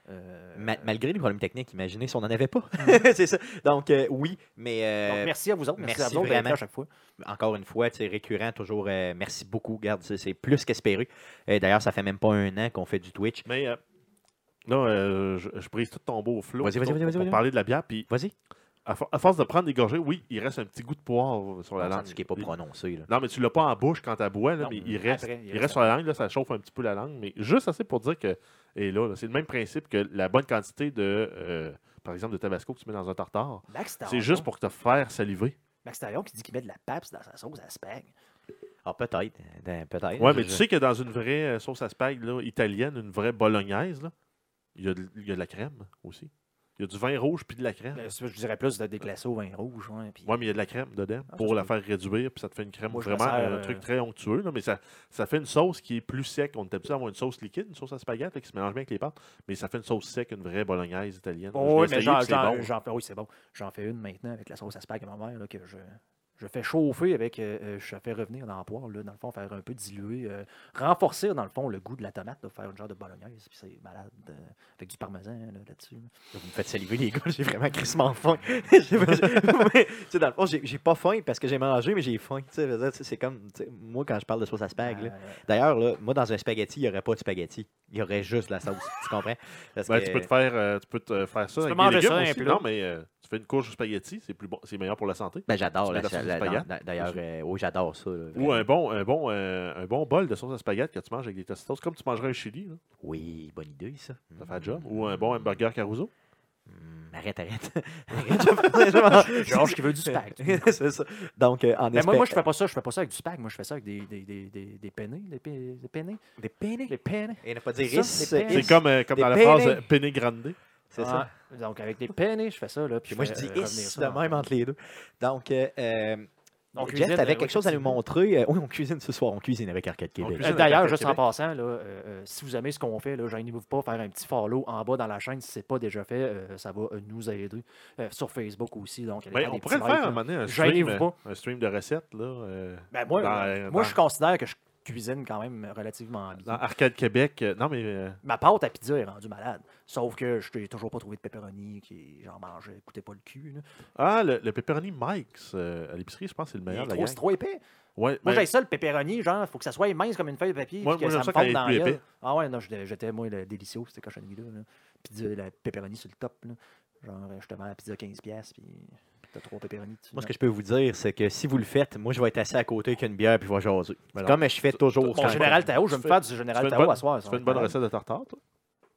Ma- malgré les problèmes techniques, imaginez si on n'en avait pas. C'est ça. Donc, euh, oui, mais euh, Donc, merci à vous autres. Merci, merci à vous autres d'être vraiment. là à chaque fois. encore une fois, c'est récurrent, toujours euh, merci beaucoup. Regarde, c'est c'est plus qu'espéré. Euh, D'ailleurs, ça fait même pas un an qu'on fait du Twitch. Mais euh, là, euh, je, je brise tout ton beau flot Vas-y, vas-y, pour, vas-y, vas-y, pour vas-y. parler de la bière. Puis, Vas-y. à, fo- à force de prendre des gorgées, oui, il reste un petit goût de poivre sur la On langue. sent ce qui n'est pas prononcé. Là. Non, mais tu l'as pas en bouche quand tu bois, là, Non, mais il reste, après, il reste sur la langue, là, ça chauffe un petit peu la langue, mais juste assez pour dire que, et là, là, c'est le même principe que la bonne quantité de, euh, par exemple, de tabasco que tu mets dans un tartare. Max C'est juste pour te faire saliver. Max Taillon qui dit qu'il met de la Pabst dans sa sauce à spag. Ah, peut-être. euh, Peut-être. Ouais, Je- mais tu je- sais que dans une vraie euh, sauce à spag là, italienne, une vraie bolognaise, là, il y, a de, il y a de la crème aussi. Il y a du vin rouge puis de la crème. Euh, Je dirais plus de déglacé au vin rouge. Ouais, puis- Ouais, mais il y a de la crème dedans Ah, ça pour se la peut. faire réduire, puis ça te fait une crème Moi, je me vraiment sers, un euh, truc très onctueux. Là, mais ça, ça fait une sauce qui est plus sec. On est habitué à avoir une sauce liquide, une sauce à spaghetti là, qui se mélange bien avec les pâtes, mais ça fait une sauce sec, une vraie bolognaise italienne. Oh, Je l'ai oui, mais essayé, j'en, puis c'est j'en- bon. j'en fais, oui, c'est bon. J'en fais une maintenant avec la sauce à spag à ma mère là, que je, je fais chauffer avec. euh, euh, je fais revenir dans le poêle, là, dans le fond, faire un peu diluer, euh, renforcer dans le fond le goût de la tomate, là, faire une genre de bolognaise, puis c'est malade, euh, avec du parmesan là, là-dessus. là. Vous me faites saliver, les gars. J'ai vraiment crissement faim. J'ai- j'ai- mais, tu sais, dans le fond, j'ai j'ai pas faim parce que j'ai mangé, mais j'ai faim. Tu sais, je veux dire, tu sais, c'est comme, tu sais, moi, quand je parle de sauce à spag. là. Euh, D'ailleurs, là, moi, dans un spaghetti, il n'y aurait pas de spaghetti. Il y aurait juste la sauce. Tu comprends? Parce Ben, que- tu peux te faire, euh, tu peux te faire ça Tu avec peux manger des légumes ça, un aussi. plat. Non, mais euh, tu fais une courge de spaghetti, c'est plus bon, c'est meilleur pour la santé. Ben, j'adore Tu la, mets de la sauce la- spaghetti la- D'ailleurs, euh, oui, j'adore ça. là, Ou vraiment. un bon, un bon, euh, un bon bol de sauce à spaghetti que tu manges avec des tostitos, comme tu mangerais un chili. Là. Oui, bonne idée, ça. Ça fait le job. Ou un bon hamburger Caruso. Hmm, arrête, arrête. Arrête, je- je- Georges qui veut du spag. C'est ça. Donc, euh, en Mais espèce... moi, moi, je fais pas ça. Je fais pas ça avec du spag. Moi, je fais ça avec des, des, des, des, des penne, des, pe- des penne, Des penne. des penne. Et ne pas dire Ça, is, des penne. is. C'est comme, euh, comme Des dans la penne. phrase euh, penne grande. C'est ça. Ouais. Donc, avec des penne, je fais ça. Là, puis Puis moi, je fais, dis euh, revenir is ça de dans- même entre les deux. Donc, euh, euh, On Jeff, cuisine, tu avais euh, quelque chose à nous effectivement. montrer. Euh, oui, on cuisine ce soir. On cuisine avec Arcade On Québec. cuisine. Euh, D'ailleurs, Arcade juste en Québec. passant, là, euh, euh, si vous aimez ce qu'on fait, là, gênez-vous pas faire un petit follow en bas dans la chaîne si ce n'est pas déjà fait. euh, ça va euh, nous aider. Euh, sur Facebook aussi. Donc, allez Ben, faire on des pourrait petits le faire likes, un là. moment donné, un Gênez-vous stream, pas. euh, un stream de recettes. Là, euh, Ben, moi, dans- euh, dans- moi je considère que je cuisine quand même relativement bien. dans Arcade Québec. euh, non, mais euh, Ma pâte à pizza est rendue malade. Sauf que je n'ai toujours pas trouvé de pepperoni qui, j'en mangeais, écoutez pas le cul. Là. ah, le, le pepperoni Mike's euh, à l'épicerie, je pense que c'est le Il est meilleur. de la trop, gang. c'est trop épais. Ouais, Moi, ben, j'ai ça, le pepperoni, genre, il faut que ça soit mince comme une feuille de papier. Moi- puis que moi, ça j'aime me ça quand fonde il est dans plus la gueule. épais. Ah ouais, non, j'étais j'étais, moi, le délicieux, c'était cochonnerie-là. Là. Pizza, la pepperoni sur le top. Là. Genre, je te vends la pizza quinze piastres, puis t'as trois pepperoni dessus. Moi, ce que je peux vous dire, c'est que si vous le faites, moi, je vais être assis à côté avec une bière puis je vais jaser. Ben non. Comme je fais toujours. Mon quand- général Tao, je vais tu me fais- faire du Tu général fais une Tao bonne, à soir. tu ça fais va une être bonne malade. recette de tartare, toi?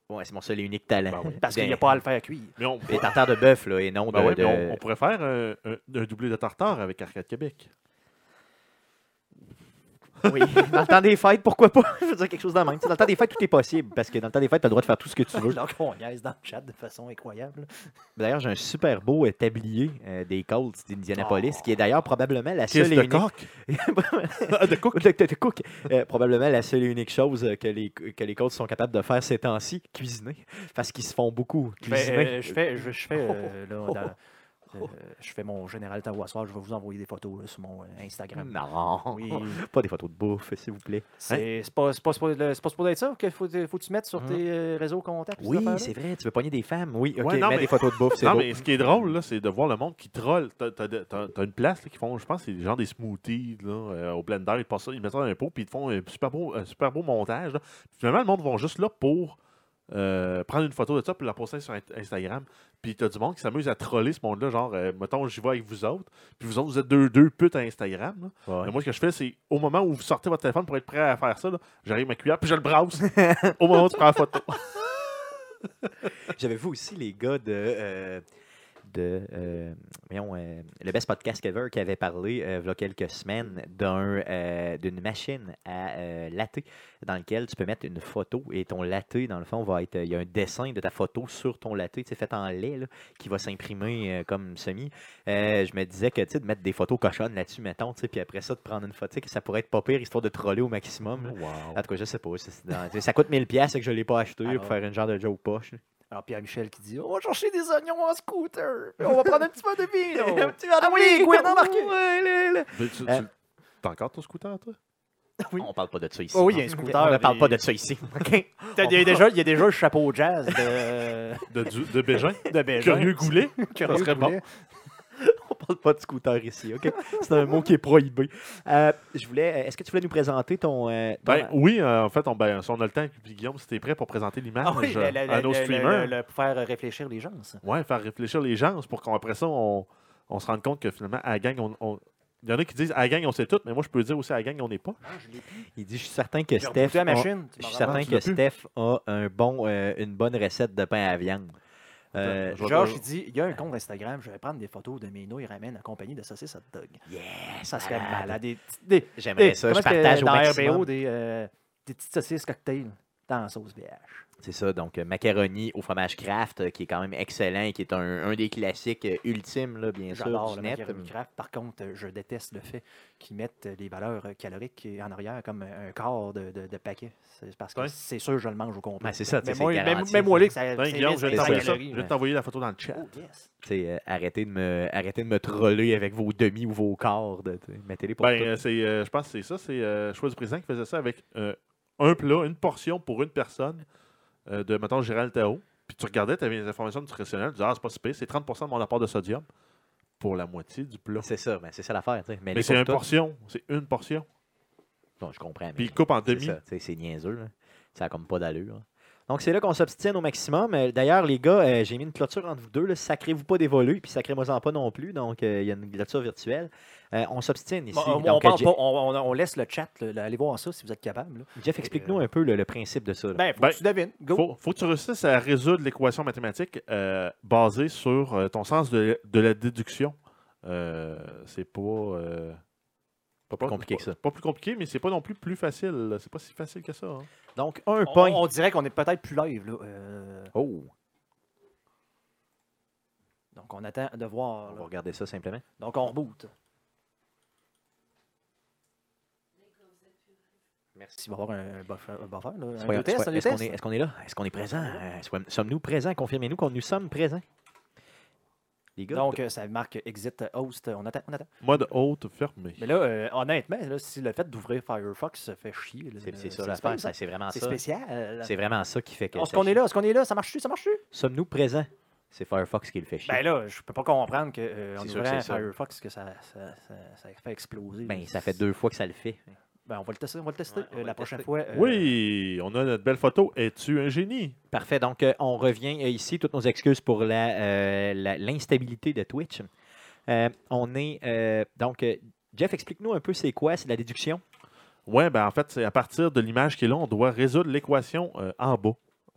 Ouais, c'est mon seul et unique talent. Ben oui. Parce qu'il n'y a Ben, pas à le faire cuire. Mais on, des tartares de bœuf, là, et non ben de... ouais, mais de- on, on pourrait faire un, un, un doublé de tartare avec Arcade Québec. Oui, dans le temps des fêtes, pourquoi pas? Je veux dire quelque chose de même. Tu sais, dans le temps des fêtes, tout est possible, parce que dans le temps des fêtes, tu as le droit de faire tout ce que tu veux. Donc, on niaise dans le chat de façon incroyable. D'ailleurs, j'ai un super beau euh, tablier euh, des Colts d'Indianapolis, Oh. qui est d'ailleurs probablement la Qu'est-ce seule et de unique... coq? Ah, de coq? de, de- de cook. Euh, probablement la seule et unique chose euh, que les, que les Colts sont capables de faire ces temps-ci, cuisiner. Parce qu'ils se font beaucoup Je fais, cuisiner. euh, je fais, je, je fais, euh, là, dans- euh, je fais mon général Tawasoir. Je vais vous envoyer des photos là, sur mon euh, Instagram. Non, Oui. pas des photos de bouffe, s'il vous plaît. C'est c'est pas, c'est pas, c'est pas, le- c'est pas supposé être ça qu'il faut, faut que tu mettes sur Hum. tes euh, réseaux contacts. Oui, c'est vrai, tu veux pogner des femmes. Oui, ok, Ouais, non, mets mais- des photos de bouffe, c'est Non, beau. mais ce qui est drôle, là, c'est de voir le monde qui troll. T'as, t'as, t'as- t'as une place là, qui font, je pense, c'est genre des smoothies là, euh, au blender. Ils, passent ça, ils mettent ça dans un pot, puis ils te font un super beau, un super beau montage. Là. Finalement, le monde va juste là pour euh, prendre une photo de ça, puis la poster sur Int- Instagram. Puis t'as du monde qui s'amuse à troller ce monde-là. Genre, euh, mettons, j'y vais avec vous autres, puis vous autres, vous êtes deux, deux putes à Instagram. Là. Ouais. Mais moi, ce que je fais, c'est au moment où vous sortez votre téléphone pour être prêt à faire ça, là, j'arrive ma cuillère, puis je le brasse au moment où tu prends la photo. J'avais vu aussi les gars de. euh, de euh, voyons, euh, le Best Podcast Ever qui avait parlé euh, il y a quelques semaines d'un, euh, d'une machine à euh, latter dans lequel tu peux mettre une photo et ton latte, dans le fond, va être. Il y a un dessin de ta photo sur ton latte, tu sais, fait en lait, là, qui va s'imprimer euh, comme semi. Euh, je me disais que tu sais, de mettre des photos cochonnes là-dessus, mettons, tu sais, puis après ça, de prendre une photo, tu sais, que ça pourrait être pas pire, histoire de troller au maximum. là. Wow. En tout cas, je sais pas. c'est- c'est dans- tu sais, ça coûte mille pièces que je l'ai pas acheté Alors. pour faire une genre de joke poche. Alors, Pierre-Michel qui dit on va chercher des oignons en scooter. On va prendre un petit peu de vin. Un petit verre de Ah oui, wing, Gwen, embarquez. ouais, là, là. Mais tu, Euh, tu- T'as encore ton scooter, toi? Oui. On parle pas de ça ici. Oh oui, il y a un Ok, scooter, On ne parle et- pas de ça ici. OK? T'as- Il y, a déjà, il y a déjà le chapeau jazz de, De, du- de Bégin? de Bégin. Curieux Goulet? Curieux Ça serait bon. Goulet. On parle pas de scooter ici, OK? C'est un mot qui est prohibé. Euh, je voulais, est-ce que tu voulais nous présenter ton... euh, ton- Ben oui, euh, en fait, on, ben, si on a le temps, puis Guillaume, si t'es prêt pour présenter l'image Ah oui, euh, le- le- à nos le- streamers. le- le- pour faire réfléchir les gens. Ça. Ouais, faire réfléchir les gens, c'est pour qu'après ça, on, on se rende compte que finalement, à la gang, on, on- il y en a qui disent à la gang, on sait tout, mais moi, je peux dire aussi à la gang, on n'est pas. Il dit, je suis certain que J'ai Steph... rebooté la a- machine. Je suis Tu m'en certain rappelles? tu que l'as plus? Steph a un bon, euh, une bonne recette de pain à viande. Euh, Je vais- Georges, il dit il y a un compte Instagram, je vais prendre des photos de mes nouilles ramen accompagnées de saucisses hot dog. yes, Ça serait malade. malade. Des, petites- des, J'aimerais des- ça, je comment est-ce que partage au dans maximum. R B O des, euh, des petites saucisses cocktail dans la sauce B H. C'est ça, donc euh, macaroni au fromage Kraft, euh, qui est quand même excellent et qui est un, un des classiques euh, ultimes, là, bien sûr, J'adore du le net. macaroni Kraft. Par contre, euh, je déteste le fait qu'ils mettent euh, les valeurs euh, caloriques en arrière comme un un quart de, de, de paquet. C'est parce que Ouais. c'est sûr que je le mange au complet. Ben, c'est ça, tu sais, Mais c'est moi, garanti. même, même moi, là, que ça Ben, c'est Guillaume, je vais mille cinq cents t'envoyer ça. calories, Je vais mais- t'envoyer la photo dans le chat. Oh, yes. Tu sais, euh, arrêtez, de me, arrêtez de me troller avec vos demi ou vos quarts. de- tu sais, Mettez-les pour Ben, tout. euh, c'est, euh, je pense que c'est ça. C'est euh, Choix du président qui faisait ça avec euh, un plat, une portion pour une personne euh, de, mettons, Gérald Tao. Puis tu regardais, tu avais les informations nutritionnelles. Tu disais, ah, c'est pas si pire, c'est trente pour cent de mon apport de sodium pour la moitié du plat. C'est ça, ben, c'est ça l'affaire. tu sais. Mais les c'est pour une tout. portion. C'est une portion. Bon, je comprends. Puis mais il coupe en c'est demi. ça, tu sais, c'est niaiseux. là. Ça a comme pas d'allure. hein. Donc, c'est là qu'on s'obstine au maximum. Euh, D'ailleurs, les gars, euh, j'ai mis une clôture entre vous deux. Là. Sacrez-vous pas d'évoluer, puis sacrez-moi-en pas non plus. Donc, euh, il y a une clôture virtuelle. Euh, on s'obstine ici. Bon, on, Donc, parle euh, pas, on, on- on laisse le chat, là, allez voir ça si vous êtes capable. là. Jeff, explique-nous un peu le, le principe de ça. là. Ben, faut Ben, que tu devines. Go. Faut, faut que tu réussisses à résoudre l'équation mathématique euh, basée sur euh, ton sens de, de la déduction. Euh, c'est pas. euh, Pas plus compliqué que ça. Pas plus compliqué, mais c'est pas non plus plus facile. C'est pas si facile que ça. hein. Donc, un On, point. on dirait qu'on est peut-être plus live. Là. euh, Oh, donc, on attend de voir. on là. va regarder ça simplement. Donc, on reboot. Merci. Il va y avoir un, un buffer. Un buffer là. Un Soyons- deux tests, soyons- un deux Est-ce qu'on tests. est, est-ce qu'on est là? Est-ce qu'on est présent? Euh, soyons- Sommes-nous présents? Confirmez-nous qu'on nous sommes présents. Les gars, Donc, euh, ça marque exit host. On attend, on attend. Mode haute fermé. Mais là, euh, honnêtement, là, si le fait d'ouvrir Firefox se fait chier. là, c'est, c'est euh, ça l'affaire. space, ça, hein. C'est vraiment C'est ça. spécial. C'est vraiment ça qui fait que. Est-ce ça qu'on est chie. là? Est-ce qu'on est là? Ça marche-tu? Ça marche-tu? Sommes-nous présents? C'est Firefox qui le fait chier. Ben là, je peux pas comprendre qu'en C'est en sûr que ouvrant c'est ça. Firefox que ça, ça, ça, ça fait exploser. Ben, là. ça fait deux fois que ça le fait. Ben, on va le tester, on va le tester. Ouais, on Euh, va la le prochaine tester. fois. euh, Oui, on a notre belle photo. Es-tu un génie? Parfait. Donc, euh, on revient euh, ici. Toutes nos excuses pour la, euh, la- l'instabilité de Twitch. Euh, on est. euh, donc, euh, Jeff, explique-nous un peu c'est quoi, c'est de la déduction. Ouais, ben en fait, c'est à partir de l'image qui est là, on doit résoudre l'équation euh, en bas.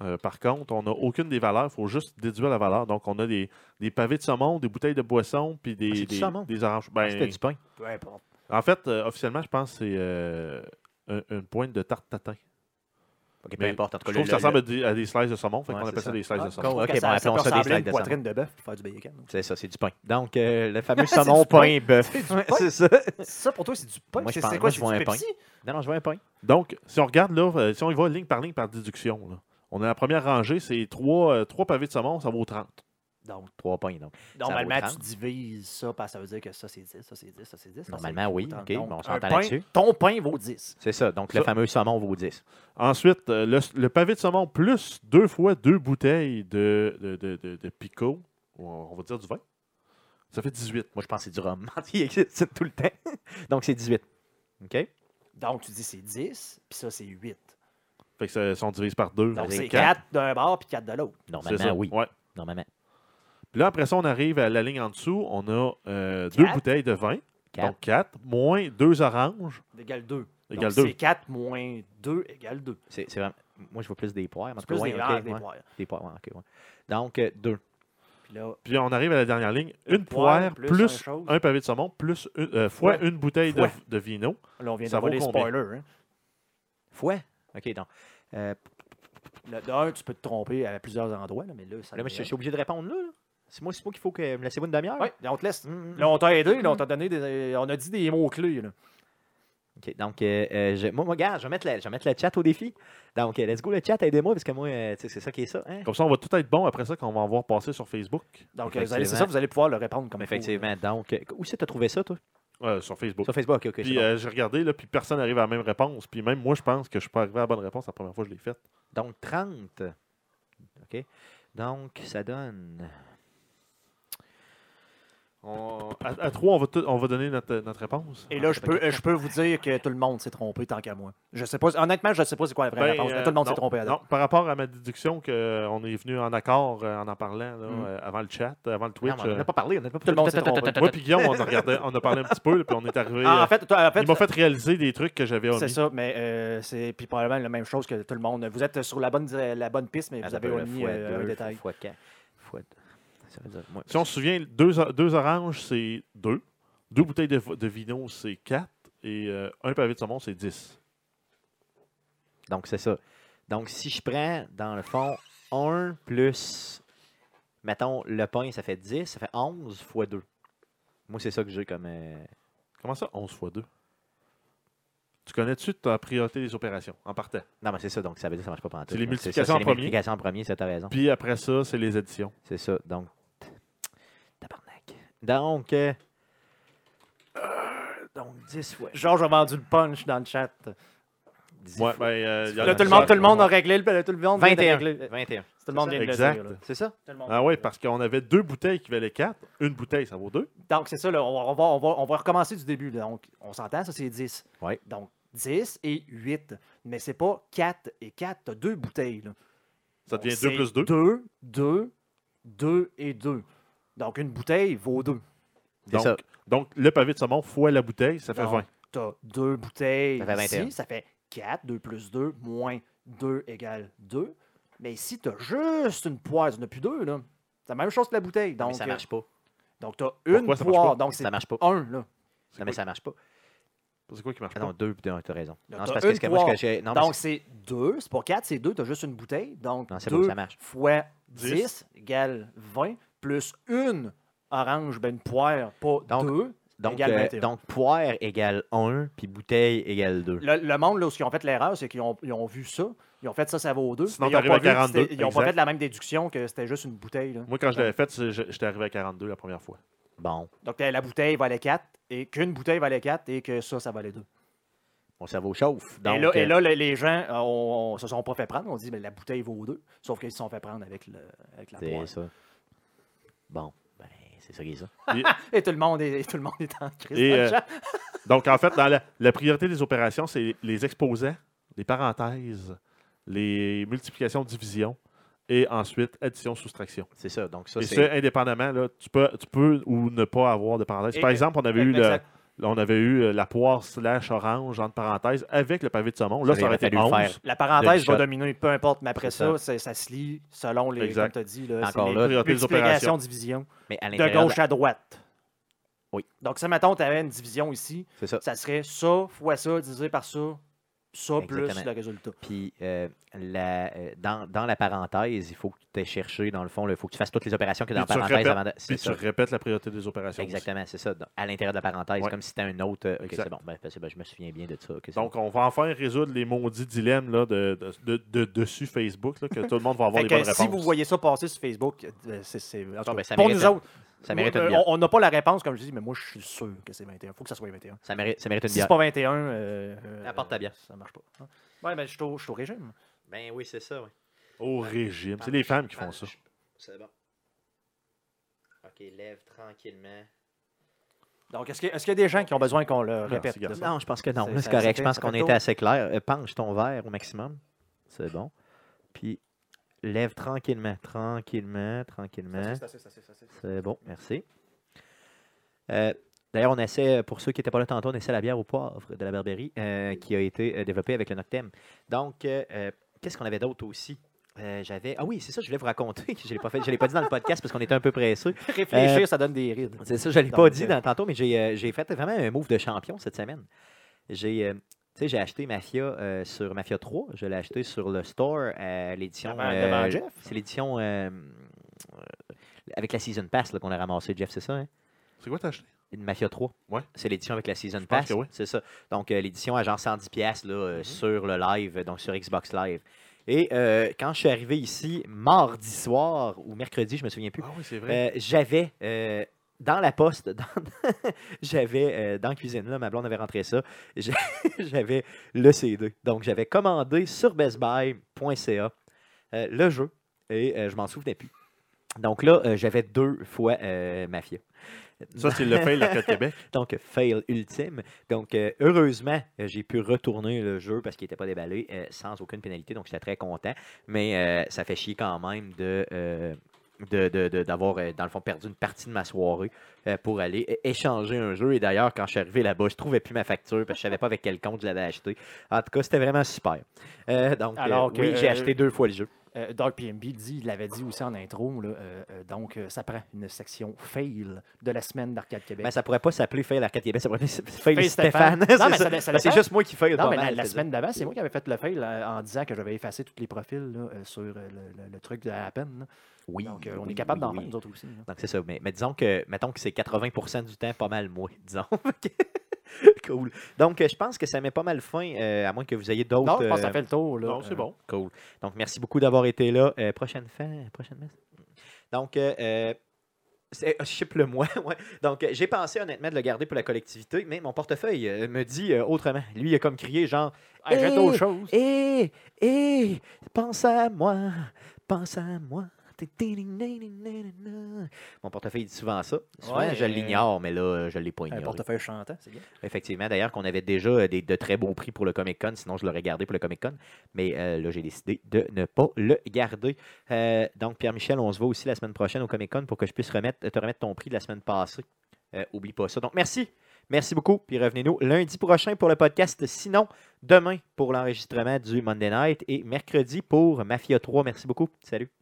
Euh, par contre, on n'a aucune des valeurs. Il faut juste déduire la valeur. Donc, on a des, des pavés de saumon, des bouteilles de boisson, puis des, Ah, c'est du des, saumon? des oranges. Ah, Ben, c'était du pain. Peu importe. en fait, euh, officiellement, je pense que c'est euh, un- une pointe de tarte tatin. Ok, peu Mais importe. En tout Je cas, trouve que ça le- ressemble le- à des, à des slices de saumon. Fait Ouais, qu'on c'est appelle ça ça. des slices Ah, de je saumon. trouve Ok, que bon, ça, ça appelons peut ça des ressembler à slides une de poitrine de bœuf pour faire du bacon. C'est ça, c'est du pain. Donc, euh, le fameux C'est saumon du pain. pain bœuf. C'est du Ouais, pain. C'est ça. Ça, pour toi, c'est du pain. Moi, je C'est pense- c'est moi, quoi, je c'est vois du un pain. Pepsi? Non, non, je vois un pain. Donc, si on regarde là, euh, si on y va ligne par ligne par déduction, là, on a la première rangée, c'est trois, euh, trois pavés de saumon, ça vaut trente. Donc, Trois pains, donc. normalement, vaut tu trente. divises ça parce que ça veut dire que ça, c'est dix, ça, c'est dix, ça, c'est dix. ça, Normalement, c'est oui. trente. OK, Donc, bon, on un s'entend pain- là-dessus. Ton pain vaut dix. C'est ça. Donc, le Ça- fameux saumon vaut dix. Ensuite, euh, le, le pavé de saumon plus deux fois deux bouteilles de, de, de, de, de Pico, ou on on va dire du vin, ça fait dix-huit. Moi, je pense que c'est du rhum. Il existe tout le temps. Donc, c'est dix-huit. OK? Donc, tu dis c'est dix, puis ça, c'est huit. Fait que ça, si on divise par deux, Donc, c'est c'est quatre. quatre d'un bord puis quatre de l'autre. C'est Normalement, ça. oui. Ouais. Normalement. Puis là, après ça, on arrive à la ligne en dessous. On a euh, deux Quatre. bouteilles de vin, Quatre. donc quatre, moins deux oranges, Égale deux. égale Donc, deux. c'est quatre moins deux égale deux. C'est c'est vraiment... Moi, je vois plus des poires. C'est plus des, ouais, ah, OK, des ouais. poires. Des poires, ouais, OK, ouais. Donc, euh, deux. Puis là, Puis on arrive à la dernière ligne. Une Une poire poire plus plus, un chose. un pavé de saumon plus une, euh, fois Fouet. une bouteille de, Fouet. de vino. là, on vient Ça de vaut voir les combien? spoilers. Hein. Fouet? OK, donc. Euh, Le- D'un, tu peux te tromper à plusieurs endroits, là, mais là, ça là, moi, je devient- suis obligé de répondre là. là. C'est moi, c'est moi qu'il faut que me laissez-vous une demi-heure? Oui, on te laisse. Mm, mm. Là, on t'a aidé, là, on t'a donné des. On a dit des mots-clés. là. OK, donc, euh, euh, je, moi, moi, gars, je vais, mettre le, je vais mettre le chat au défi. Donc, euh, let's go, le chat, aidez-moi, parce que moi, euh, tu sais, c'est ça qui est ça. Hein? Comme ça, on va tout être bon après ça quand on va en voir passer sur Facebook. Donc, euh, vous allez- c'est Effectivement. ça, vous allez pouvoir le répondre comme il faut, Effectivement. Donc, euh, où c'est que tu as trouvé ça, toi? Euh, sur Facebook. Sur Facebook, OK, OK. c'est Puis bon. euh, j'ai regardé, là, puis personne n'arrive à la même réponse. Puis même moi, je pense que je suis pas arrivé à la bonne réponse la première fois que je l'ai faite. Donc, trente. OK. Donc, ça donne... On- À, à trois, on va, tout- on va donner notre, notre réponse. Et là, je peux, euh, je peux vous dire que tout le monde s'est trompé tant qu'à moi. Je sais pas, honnêtement, je ne sais pas c'est quoi la vraie Ben, réponse, mais euh, tout le monde s'est non, trompé à non, date. par rapport à ma déduction qu'on est venu en accord euh, en en parlant là, Mm. euh, avant le chat, avant le Twitch. Non, mais on euh, n'a pas parlé, on n'a pas Tout le monde s'est trompé. moi et Guillaume, on a, regardé, on a parlé un petit peu, là, puis on est arrivé. Ah, euh, en fait, toi, en fait, il m'a fait réaliser des trucs que j'avais c'est omis. ça, mais euh, c'est puis probablement la même chose que tout le monde. Vous êtes sur la bonne, dire- la bonne piste, mais vous avez omis euh, un détail. Fois quatre. Fois deux. Ça veut dire... moi, Si on se souvient, deux, o- deux oranges, c'est deux. Deux bouteilles de, de vino, c'est quatre. Et euh, un pavé de saumon, c'est dix. Donc, c'est ça. Donc, si je prends, dans le fond, un plus, mettons, le pain, ça fait dix, ça fait onze fois deux. Moi, c'est ça que j'ai comme... euh, Comment ça, onze fois deux? Tu connais-tu ta priorité des opérations en partant? Non, mais c'est ça, donc ça veut dire que ça marche pas pendant C'est les ça, multiplications c'est en les premier. multiplications en premier, ça, t'as raison. Puis après ça, c'est les additions. C'est ça, donc... Tabarnak. Donc... euh, euh, donc, dix fois... Georges a vendu le punch dans le chat. dix Ouais, fois- ben, euh, il y en a Là, tout le plusieurs. monde, tout le monde a réglé le tout le monde vient de vingt et un. régler- vingt et un. Tout le monde C'est vient de le Exact. dire. là. C'est ça? Tout le monde Ah vient oui, de le parce qu'on avait deux bouteilles qui valaient quatre. Une bouteille, ça vaut deux. dire. Donc, c'est ça, là, on, va, on, va, on, va, on va recommencer du début. là. Donc, on s'entend, ça, c'est dix. Ouais. Donc, dix et huit. Mais c'est pas quatre et quatre, t'as deux bouteilles. Là. Ça Donc, devient c'est deux plus deux. deux, deux, deux et deux. Donc, une bouteille vaut deux. C'est Donc, ça. donc, le pavé de saumon fois la bouteille, ça fait Donc, vingt. t'as deux bouteilles Ça fait vingt et un. ici, ça fait quatre. deux plus deux moins deux égale deux. Mais ici, t'as juste une poire, tu n'as plus deux. là. C'est la même chose que la bouteille. Donc, mais ça marche pas. Donc, tu as une Pourquoi ça marche poire. pas? Donc, c'est Ça marche pas. un. Là. Non, mais ça marche pas. C'est quoi qui marche Ah pas? non, deux, deux, t'as raison. Là, Non, t'as c'est parce que, une ce que moi, ce poire. que j'ai... Non, mais Donc, c'est- c'est deux. C'est pas quatre, c'est deux. Tu as juste une bouteille. Donc, Non, c'est bon, deux ça marche. fois Dix. dix égale vingt. Plus une orange, ben une poire, pas Donc, deux. donc, égale euh, vingt et un. donc, poire égale un, puis bouteille égale deux. Le, le monde, là, où ils ont fait l'erreur, c'est qu'ils ont, ils ont vu ça. Ils ont fait ça, ça vaut deux. Sinon, mais ils n'ont t'arrives pas, à vu que quarante-deux, c'était- ils ont pas exact. fait la même déduction que c'était juste une bouteille. Là. Moi, quand je l'avais fait, c'est- je- j'étais arrivé à quarante-deux la première fois. Bon, Donc, t'as- la bouteille valait quatre, et qu'une bouteille valait quatre, et que ça, ça valait deux. mon cerveau chauffe. Donc, et, là, et euh, là, le- les gens euh, on, on se sont pas fait prendre. On dit, mais la bouteille vaut deux. Sauf qu'ils se sont fait prendre avec, le, avec la c'est poire. ça. Bon, ben, c'est ça qui est ça. Et- Et tout le monde est, tout le monde est en crise. Et, dans le euh, chat. donc, en fait, dans la, la priorité des opérations, c'est les exposants, les parenthèses, les multiplications, divisions, et ensuite addition, soustraction. C'est ça. Donc, ça, et c'est... ça, indépendamment, là, tu, peux, tu peux ou ne pas avoir de parenthèses. Par Et- exemple, on avait eu le, Exact. Là, on avait eu euh, la poire slash orange, entre parenthèses, avec le pavé de saumon. Là, Ça, ça aurait il aurait été fallu le onze. faire. La parenthèse shot. va dominer, peu importe, mais après C'est ça, ça. c'est- ça se lit selon les, Exact. comme tu as dit, là, Encore c'est là, les priorité des multiplications, opérations. division, Mais à de l'intérieur. gauche à droite. Oui. Donc, si, mettons, tu avais une division ici, C'est ça. ça serait ça fois ça divisé par ça, ça plus Exactement. le résultat. Puis euh, la, euh, dans, dans la parenthèse, il faut que tu aies cherché, dans le fond, il faut que tu fasses toutes les opérations que dans la Puis tu parenthèse répètes- avant de. Puis C'est tu ça. répètes la priorité des opérations. aussi. Exactement, c'est ça. dans- À l'intérieur de la parenthèse, Ouais. comme si c'était un autre. euh, Ok, Exact. c'est bon. Ben, c'est- ben, je me souviens bien de ça. ok, c'est Donc, bon. on va enfin résoudre les maudits dilemmes là, de, de, de- de- dessus Facebook, là, que tout le monde va avoir Fait les que bonnes si réponses. vous voyez ça passer sur Facebook, euh, c'est, c'est- en tout cas, ben, ça pour mérite nous un- autres, ça mérite moi, une euh, bière. on on n'a pas la réponse, comme je dis, mais moi, je suis sûr que c'est vingt et un. Il faut que ça soit vingt et un. Ça mérite, ça mérite une Si bière. c'est pas vingt et un, euh, euh, Apporte ta bière. ça marche pas. Hein. Ouais, mais je suis au, je suis au régime. Ben oui, c'est ça, oui. Au régime. C'est les femmes qui font ça. C'est bon. Ok, lève tranquillement. Donc, est-ce, que- est-ce qu'il y a des gens qui ont besoin qu'on le Merci, répète? garçon. Non, je pense que non. C'est- Là, ça- c'est correct. ça Je fait- pense ça qu'on fait le était tour. assez clair. Euh, penche ton verre au maximum. C'est bon. Puis, lève tranquillement. Tranquillement, tranquillement. C'est assez, c'est assez, c'est assez. C'est bon, merci. Euh, D'ailleurs, on essaie, pour ceux qui n'étaient pas là tantôt, on essaie la bière au poivre de la Barberie euh, qui a été euh, développée avec le Noctem. Donc, euh, euh, qu'est-ce qu'on avait d'autre aussi? Euh, J'avais. Ah oui, c'est ça, je voulais vous raconter. Je ne l'ai pas fait, je l'ai pas dit dans le podcast parce qu'on était un peu pressés. Réfléchir, Euh, ça donne des rides. C'est ça, je ne l'ai Donc, pas dit euh, dans, tantôt, mais j'ai euh, j'ai fait vraiment un move de champion cette semaine. J'ai euh, tu sais, j'ai acheté Mafia euh, sur Mafia trois. Je l'ai acheté sur le store à l'édition. Devant- devant Jeff? C'est l'édition euh, euh, avec la Season Pass là, qu'on a ramassé, Jeff, c'est ça, hein? C'est quoi t'as acheté? Une Mafia trois. Ouais. C'est l'édition avec la Season pense Pass. que oui. C'est ça. Donc, euh, l'édition à genre cent dix piastres là, euh, Mhm. sur le live, donc sur Xbox Live. Et euh, quand je suis arrivé ici, mardi soir ou mercredi, je me souviens plus, Ah oui, c'est vrai. euh, j'avais euh, dans la poste, dans- j'avais euh, dans la cuisine, là, ma blonde avait rentré ça, j'ai- j'avais le C D. Donc, j'avais commandé sur bestbuy point c a euh, le jeu et euh, je m'en souvenais plus. Donc là, euh, j'avais deux fois euh, Mafia. Ça, c'est le fail l'Arcade Québec. Donc, fail ultime. Donc, euh, heureusement, euh, j'ai pu retourner le jeu parce qu'il n'était pas déballé euh, sans aucune pénalité. Donc, j'étais très content. Mais euh, ça fait chier quand même de, euh, de, de- de- d'avoir, euh, dans le fond, perdu une partie de ma soirée euh, pour aller é- échanger un jeu. Et d'ailleurs, quand je suis arrivé là-bas, je ne trouvais plus ma facture parce que je ne savais pas avec quel compte je l'avais acheté. En tout cas, c'était vraiment super. Euh, donc, euh, Alors que, oui, j'ai euh, acheté deux fois le jeu. Euh, Dark P M B dit, il l'avait dit aussi en intro, là, euh, euh, donc euh, ça prend une section fail de la semaine d'Arcade Québec. Mais ça pourrait pas s'appeler Fail Arcade Québec, ça pourrait s'appeler Fail Fail Stéphane. Stéphane. C'est Non, mais ça. ça- ça Ben, c'est dépend. juste moi qui fail non, pas mais mal, la, je la te dis. semaine d'avant, c'est moi qui avais fait le fail euh, en disant que j'avais effacé tous les profils là, euh, sur euh, le, le- le truc de la peine. là. Oui, Donc, euh, on oui, est capable oui, d'en oui. faire, nous autres aussi. là. Donc, c'est ça. Mais, mais disons que, mettons que c'est quatre-vingts pour cent du temps, pas mal moins, disons. Cool. Donc, euh, je pense que ça met pas mal fin, euh, à moins que vous ayez d'autres. Non, je pense que ça euh, fait le tour. Là. Non, c'est Euh, bon. Cool. Donc, merci beaucoup d'avoir été là. Euh, prochaine fin, prochaine messe. Donc, euh, euh, c'est- je ship le mois. Ouais. Donc, euh, j'ai pensé honnêtement de le garder pour la collectivité, mais mon portefeuille euh, me dit euh, autrement. Lui, il a comme crié genre hey, jette Hey! autre chose. Hé, hé, pense à moi, pense à moi. Mon portefeuille dit souvent ça. Souvent, Ouais, je euh, l'ignore, mais là, euh, je ne l'ai pas Un ignoré. portefeuille chantant, c'est bien. Effectivement, d'ailleurs, qu'on avait déjà euh, des, de très beaux prix pour le Comic-Con, sinon je l'aurais gardé pour le Comic-Con. Mais euh, là, j'ai décidé de ne pas le garder. Euh, donc, Pierre-Michel, on se voit aussi la semaine prochaine au Comic-Con pour que je puisse remettre, te remettre ton prix de la semaine passée. Euh, oublie pas ça. Donc, merci. Merci beaucoup. Puis revenez-nous lundi prochain pour le podcast. Sinon, demain pour l'enregistrement du Monday Night et mercredi pour Mafia trois. Merci beaucoup. Salut.